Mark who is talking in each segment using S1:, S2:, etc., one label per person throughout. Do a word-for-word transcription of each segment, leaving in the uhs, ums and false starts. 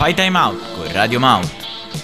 S1: Fai Time Out con Radio Mount.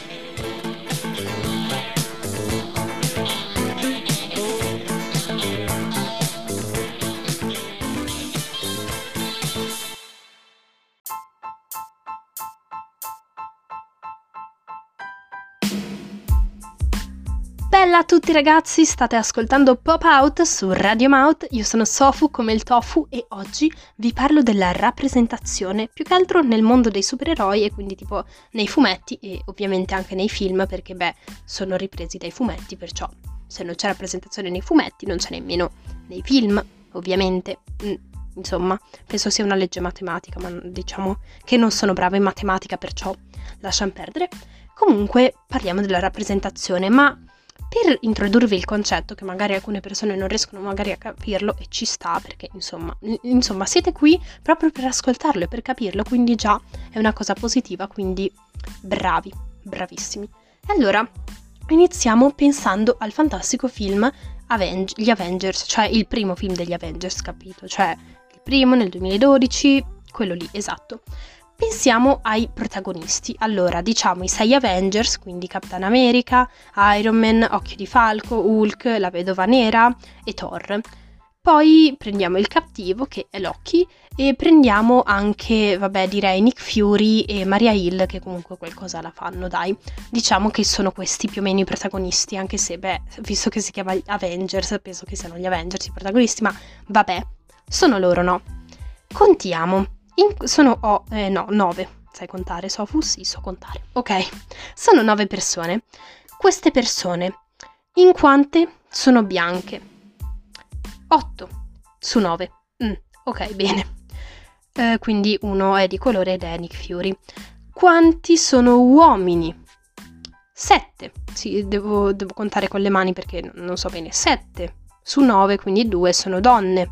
S2: Bella a tutti ragazzi, state ascoltando Pop Out su Radio Mouth, io sono Sofu come il tofu e oggi vi parlo della rappresentazione, più che altro nel mondo dei supereroi e quindi tipo nei fumetti e ovviamente anche nei film perché beh, sono ripresi dai fumetti, perciò se non c'è rappresentazione nei fumetti non c'è nemmeno nei film, ovviamente. Mm, insomma, penso sia una legge matematica, ma diciamo che non sono brava in matematica, perciò lasciamo perdere. Comunque parliamo della rappresentazione, ma per introdurvi il concetto, che magari alcune persone non riescono magari a capirlo, e ci sta perché insomma, insomma siete qui proprio per ascoltarlo e per capirlo, quindi già è una cosa positiva, quindi bravi, bravissimi. E allora iniziamo pensando al fantastico film Aveng- Gli Avengers, cioè il primo film degli Avengers, capito? Cioè il primo nel duemiladodici, quello lì, esatto. Pensiamo ai protagonisti. Allora, diciamo i sei Avengers, quindi Capitan America, Iron Man, Occhio di Falco, Hulk, la Vedova Nera e Thor. Poi prendiamo il cattivo, che è Loki, e prendiamo anche, vabbè, direi Nick Fury e Maria Hill, che comunque qualcosa la fanno, dai. Diciamo che sono questi più o meno i protagonisti, anche se, beh, visto che si chiama Avengers, penso che siano gli Avengers i protagonisti, ma vabbè, sono loro, no? Contiamo. In, sono oh, eh, no, nove. Sai contare, Sofu? Sì, so contare. Ok, sono nove persone. Queste persone, in quante sono bianche? otto su nove. Mm, ok, bene. Eh, quindi uno è di colore ed è Nick Fury. Quanti sono uomini? sette. Sì, devo, devo contare con le mani perché non so bene. sette su nove, quindi due sono donne.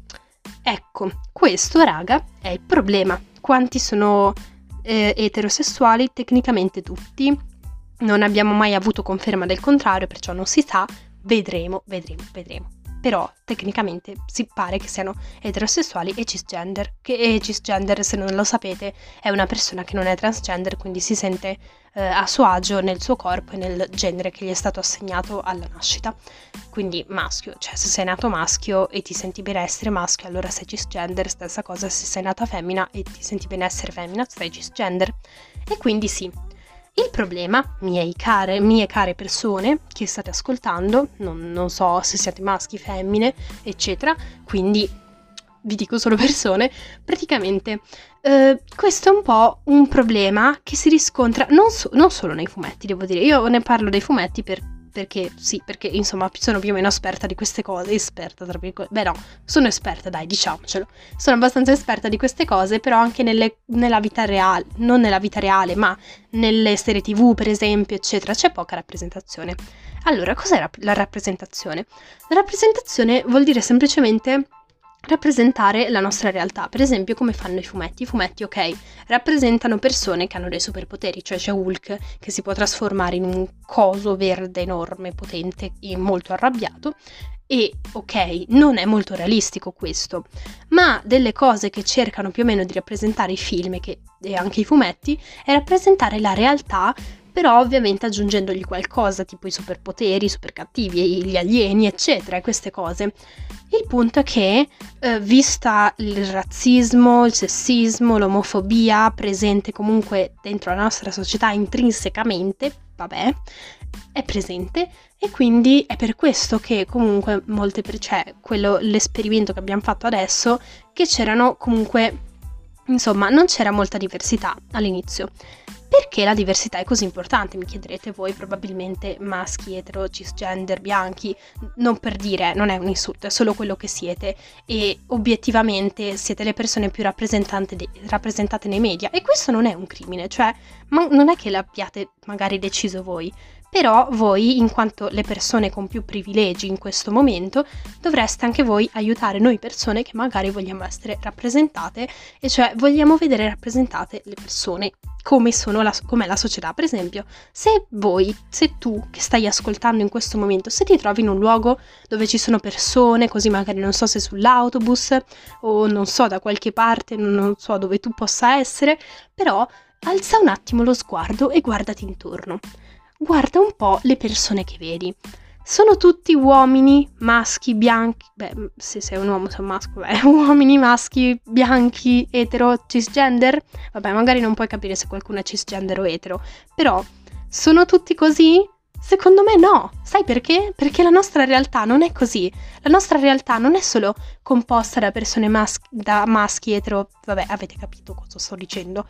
S2: Ecco, questo, raga, è il problema. Quanti sono eh, eterosessuali? Tecnicamente tutti. Non abbiamo mai avuto conferma del contrario, perciò non si sa. Vedremo, vedremo, vedremo. Però tecnicamente si pare che siano eterosessuali e cisgender. Che e cisgender, se non lo sapete, è una persona che non è transgender, quindi si sente eh, a suo agio nel suo corpo e nel genere che gli è stato assegnato alla nascita. Quindi maschio, cioè se sei nato maschio e ti senti bene essere maschio, allora sei cisgender. Stessa cosa se sei nata femmina e ti senti bene essere femmina, sei cisgender. E quindi sì. Il problema, miei care, mie care persone che state ascoltando, non, non so se siete maschi, femmine, eccetera, quindi vi dico solo persone, praticamente eh, questo è un po' un problema che si riscontra non, so, non solo nei fumetti, devo dire. Io ne parlo dei fumetti per, perché sì, perché insomma sono più o meno esperta di queste cose, esperta tra virgolette, beh no, sono esperta, dai, diciamocelo, sono abbastanza esperta di queste cose, però anche nelle, nella vita reale, non nella vita reale, ma nelle serie tv per esempio, eccetera, c'è poca rappresentazione. Allora, cos'è la, la rappresentazione? La rappresentazione vuol dire semplicemente rappresentare la nostra realtà, per esempio come fanno i fumetti. I fumetti, ok, rappresentano persone che hanno dei superpoteri, cioè c'è Hulk che si può trasformare in un coso verde enorme, potente e molto arrabbiato, e ok, non è molto realistico questo, ma delle cose che cercano più o meno di rappresentare i film e, che, e anche i fumetti è rappresentare la realtà, però ovviamente aggiungendogli qualcosa, tipo i superpoteri, i supercattivi, gli alieni, eccetera, e queste cose. Il punto è che, eh, vista il razzismo, il sessismo, l'omofobia presente comunque dentro la nostra società intrinsecamente, vabbè, è presente, e quindi è per questo che comunque molte, cioè quello, l'esperimento che abbiamo fatto adesso, che c'erano comunque, insomma, non c'era molta diversità all'inizio. Perché la diversità è così importante, mi chiederete voi, probabilmente maschi, etero, cisgender, bianchi, non per dire, non è un insulto, è solo quello che siete e obiettivamente siete le persone più rappresentate, de- rappresentate nei media, e questo non è un crimine, cioè ma non è che l'abbiate magari deciso voi, però voi, in quanto le persone con più privilegi in questo momento, dovreste anche voi aiutare noi persone che magari vogliamo essere rappresentate, e cioè vogliamo vedere rappresentate le persone come sono la, com'è la società. Per esempio, se voi, se tu che stai ascoltando in questo momento, se ti trovi in un luogo dove ci sono persone, così magari non so se sull'autobus o non so da qualche parte, non so dove tu possa essere, però alza un attimo lo sguardo e guardati intorno. Guarda un po' le persone che vedi. Sono tutti uomini, maschi, bianchi, beh, se sei un uomo sei un maschio, beh, uomini, maschi, bianchi, etero, cisgender? Vabbè, magari non puoi capire se qualcuno è cisgender o etero, però sono tutti così? Secondo me no. Sai perché? Perché la nostra realtà non è così. La nostra realtà non è solo composta da persone maschi, da maschi, etero, vabbè, avete capito cosa sto dicendo.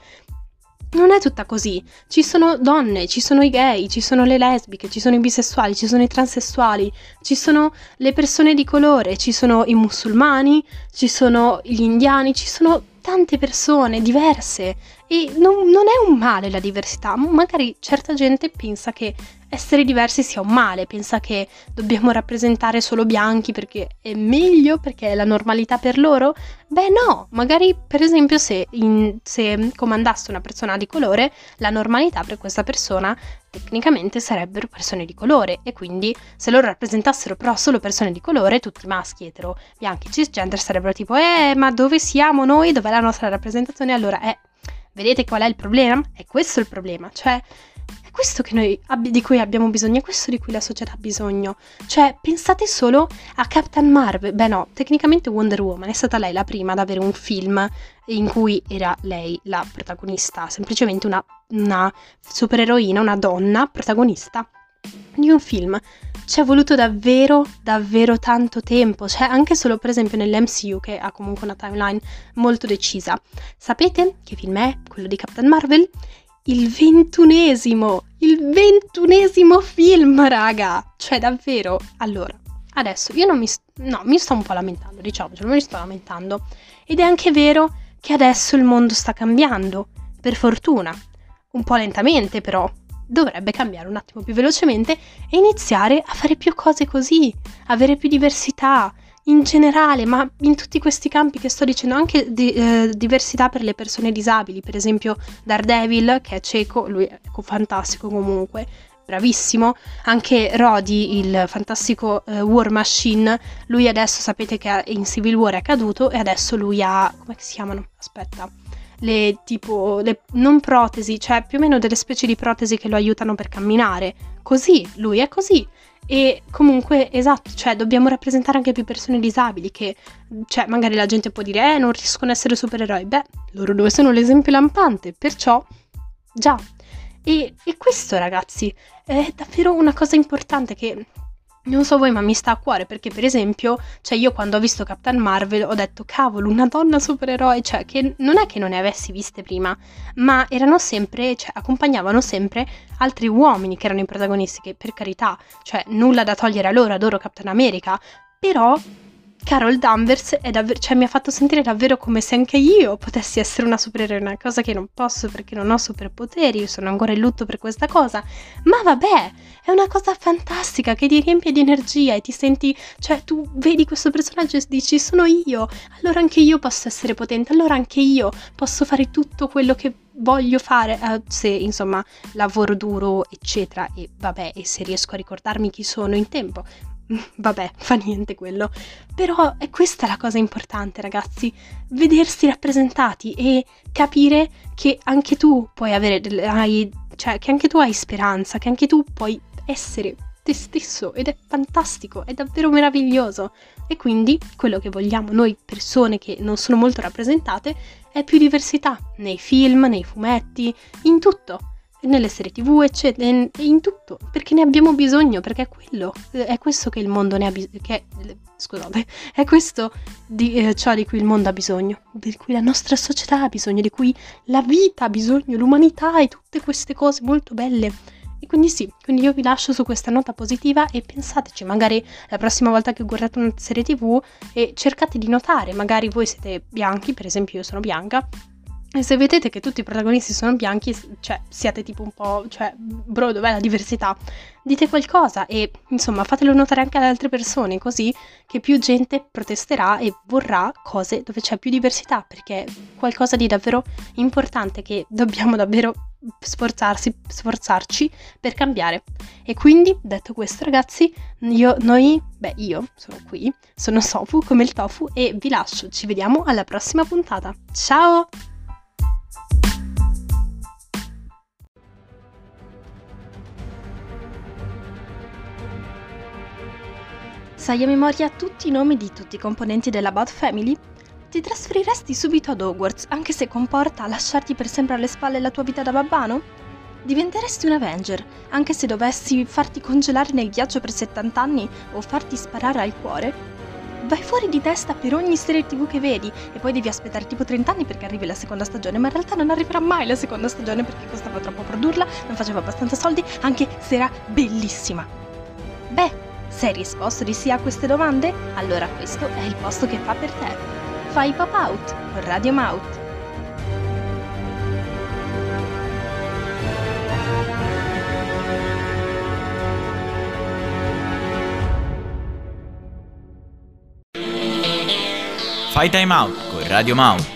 S2: Non è tutta così, ci sono donne, ci sono i gay, ci sono le lesbiche, ci sono i bisessuali, ci sono i transessuali, ci sono le persone di colore, ci sono i musulmani, ci sono gli indiani, ci sono tante persone diverse e non, non è un male la diversità. Magari certa gente pensa che essere diversi sia un male, pensa che dobbiamo rappresentare solo bianchi perché è meglio, perché è la normalità per loro. Beh no, magari per esempio se, in, se comandasse una persona di colore, la normalità per questa persona tecnicamente sarebbero persone di colore e quindi se loro rappresentassero però solo persone di colore, tutti maschi, etero, bianchi, cisgender sarebbero tipo eh ma dove siamo noi, dov'è la nostra rappresentazione? Allora eh, vedete qual è il problema? È questo il problema, cioè è questo che noi abbi- di cui abbiamo bisogno, è questo di cui la società ha bisogno. Cioè, pensate solo a Captain Marvel. Beh no, tecnicamente Wonder Woman è stata lei la prima ad avere un film in cui era lei la protagonista, semplicemente una, una supereroina, una donna protagonista di un film. Ci è voluto davvero, davvero tanto tempo, cioè anche solo per esempio nell'M C U che ha comunque una timeline molto decisa. Sapete che film è quello di Captain Marvel? Il ventunesimo, il ventunesimo film, raga! Cioè, davvero. Allora, adesso, io non mi... no, mi sto un po' lamentando, diciamocelo, mi sto lamentando. Ed è anche vero che adesso il mondo sta cambiando, per fortuna. Un po' lentamente, però. Dovrebbe cambiare un attimo più velocemente e iniziare a fare più cose così, avere più diversità, in generale, ma in tutti questi campi che sto dicendo, anche di, eh, diversità per le persone disabili, per esempio Daredevil che è cieco, lui è fantastico comunque, bravissimo, anche Rhodey, il fantastico eh, War Machine, lui adesso sapete che in Civil War è caduto e adesso lui ha, come si chiamano? Aspetta, le tipo, le, non protesi, cioè più o meno delle specie di protesi che lo aiutano per camminare, così, lui è così. E comunque, esatto, cioè dobbiamo rappresentare anche più persone disabili che, cioè magari la gente può dire eh non riescono a essere supereroi, beh loro due sono l'esempio lampante, perciò già e, e questo ragazzi è davvero una cosa importante che non so voi ma mi sta a cuore, perché per esempio cioè io quando ho visto Captain Marvel ho detto cavolo, una donna supereroe, cioè che non è che non ne avessi viste prima, ma erano sempre, cioè accompagnavano sempre altri uomini che erano i protagonisti, che per carità, cioè nulla da togliere a loro, adoro Captain America, però Carol Danvers è davvero, cioè mi ha fatto sentire davvero come se anche io potessi essere una supereroina, cosa che non posso perché non ho superpoteri, sono ancora in lutto per questa cosa, ma vabbè, è una cosa fantastica che ti riempie di energia e ti senti, cioè tu vedi questo personaggio e dici sono io, allora anche io posso essere potente, allora anche io posso fare tutto quello che voglio fare, eh, se insomma lavoro duro eccetera, e vabbè, e se riesco a ricordarmi chi sono in tempo. Vabbè, fa niente quello. Però è questa la cosa importante, ragazzi. Vedersi rappresentati e capire che anche tu puoi avere delle, hai, cioè che anche tu hai speranza, che anche tu puoi essere te stesso ed è fantastico, è davvero meraviglioso. E quindi quello che vogliamo noi persone che non sono molto rappresentate è più diversità nei film, nei fumetti, in tutto. Nelle serie tv eccetera, in tutto, perché ne abbiamo bisogno, perché è quello, è questo che il mondo ne ha bisogno, che scusate, è questo di eh, ciò di cui il mondo ha bisogno, di cui la nostra società ha bisogno, di cui la vita ha bisogno, l'umanità e tutte queste cose molto belle. E quindi sì, quindi io vi lascio su questa nota positiva e pensateci, magari la prossima volta che guardate una serie tv e cercate di notare, magari voi siete bianchi, per esempio io sono bianca, e se vedete che tutti i protagonisti sono bianchi, cioè siate tipo un po', cioè, bro, dov'è la diversità? Dite qualcosa e, insomma, fatelo notare anche ad altre persone, così che più gente protesterà e vorrà cose dove c'è più diversità, perché è qualcosa di davvero importante che dobbiamo davvero sforzarsi, sforzarci per cambiare. E quindi, detto questo, ragazzi, io, noi, beh, io sono qui, sono Sofu come il tofu e vi lascio, ci vediamo alla prossima puntata. Ciao! Sai a memoria tutti i nomi di tutti i componenti della Bat Family? Ti trasferiresti subito ad Hogwarts, anche se comporta lasciarti per sempre alle spalle la tua vita da babbano? Diventeresti un Avenger, anche se dovessi farti congelare nel ghiaccio per settanta anni o farti sparare al cuore? Vai fuori di testa per ogni serie tivù che vedi e poi devi aspettare tipo trenta anni perché arrivi la seconda stagione, ma in realtà non arriverà mai la seconda stagione perché costava troppo produrla, non faceva abbastanza soldi, anche se era bellissima. Beh, sei risposto di sì a queste domande? Allora questo è il posto che fa per te. Fai Pop Out con Radio Mouth.
S1: Fai Time Out con Radio Mouth.